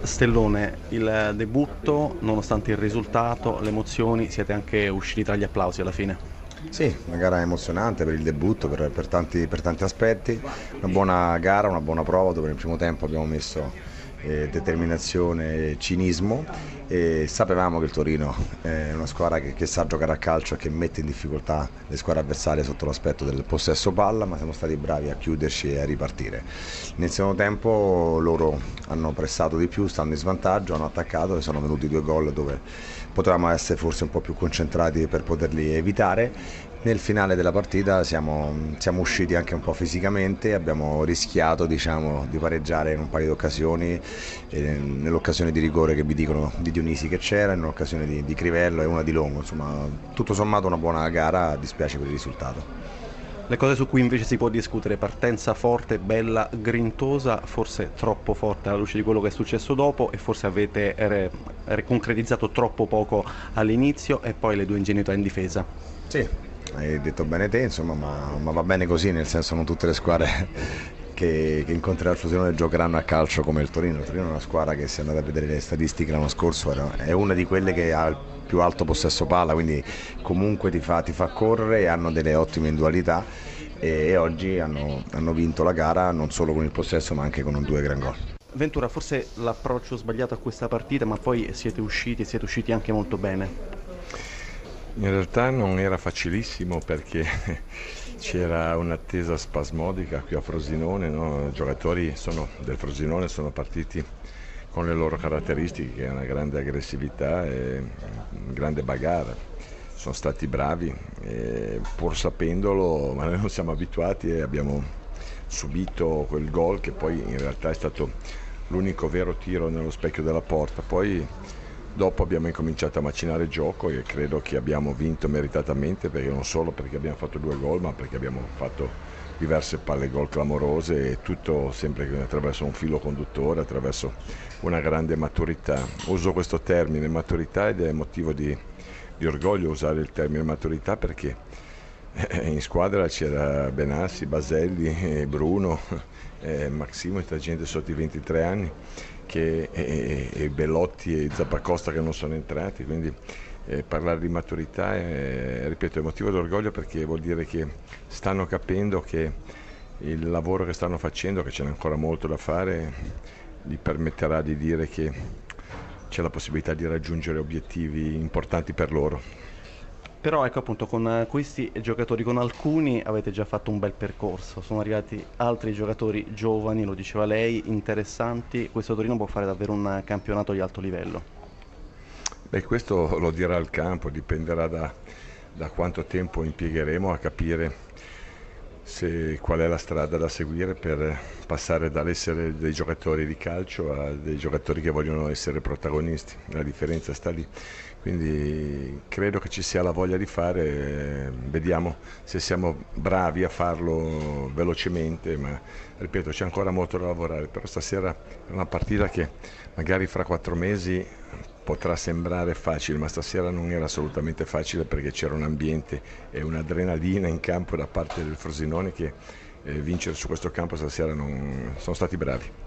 Stellone, il debutto, nonostante il risultato, le emozioni, siete anche usciti tra gli applausi alla fine. Sì, una gara emozionante per il debutto, per tanti aspetti, una buona gara, una buona prova dove nel primo tempo abbiamo messo determinazione e cinismo e sapevamo che il Torino è una squadra che sa giocare a calcio e che mette in difficoltà le squadre avversarie sotto l'aspetto del possesso palla, ma siamo stati bravi a chiuderci e a ripartire. Nel secondo tempo loro hanno pressato di più, stanno in svantaggio, hanno attaccato e sono venuti due gol dove potevamo essere forse un po' più concentrati per poterli evitare. Nel finale della partita siamo usciti anche un po' fisicamente, abbiamo rischiato di pareggiare in un paio di occasioni, nell'occasione di rigore che vi dicono di Dionisi che c'era, nell'occasione di Crivello e una di Longo, insomma tutto sommato una buona gara, dispiace per il risultato. Le cose su cui invece si può discutere, partenza forte, bella, grintosa, forse troppo forte alla luce di quello che è successo dopo e forse avete concretizzato troppo poco all'inizio e poi le due ingenuità in difesa. Sì, hai detto bene te, insomma, ma va bene così, nel senso non tutte le squadre che incontrerà il Frosinone giocheranno a calcio come il Torino. Il Torino è una squadra che, se andate a vedere le statistiche l'anno scorso, è una di quelle che ha il più alto possesso palla, quindi comunque ti fa correre e hanno delle ottime individualità e oggi hanno vinto la gara non solo con il possesso ma anche con due gran gol. Ventura, forse l'approccio sbagliato a questa partita, ma poi siete usciti anche molto bene. In realtà non era facilissimo perché c'era un'attesa spasmodica qui a Frosinone, no? I giocatori del Frosinone sono partiti con le loro caratteristiche, una grande aggressività e un grande bagarre. Sono stati bravi, pur sapendolo, ma noi non siamo abituati e abbiamo subito quel gol che poi in realtà è stato l'unico vero tiro nello specchio della porta. Poi dopo abbiamo incominciato a macinare il gioco e credo che abbiamo vinto meritatamente, perché non solo perché abbiamo fatto due gol, ma perché abbiamo fatto diverse palle gol clamorose e tutto sempre attraverso un filo conduttore, attraverso una grande maturità. Uso questo termine maturità ed è motivo di orgoglio usare il termine maturità perché in squadra c'era Benassi, Baselli, Bruno, Maximo, gente sotto i 23 anni e Bellotti e Zappacosta che non sono entrati, quindi parlare di maturità ripeto, è motivo d'orgoglio perché vuol dire che stanno capendo che il lavoro che stanno facendo, che ce n'è ancora molto da fare, gli permetterà di dire che c'è la possibilità di raggiungere obiettivi importanti per loro. Però ecco appunto con questi giocatori, con alcuni avete già fatto un bel percorso, sono arrivati altri giocatori giovani, lo diceva lei, interessanti, questo Torino può fare davvero un campionato di alto livello. Beh, questo lo dirà il campo, dipenderà da quanto tempo impiegheremo a capire qual è la strada da seguire per passare dall'essere dei giocatori di calcio a dei giocatori che vogliono essere protagonisti. La differenza sta lì. Quindi credo che ci sia la voglia di fare, vediamo se siamo bravi a farlo velocemente, ma ripeto c'è ancora molto da lavorare, però stasera è una partita che magari fra 4 mesi potrà sembrare facile, ma stasera non era assolutamente facile perché c'era un ambiente e un'adrenalina in campo da parte del Frosinone che vincere su questo campo stasera non sono stati bravi.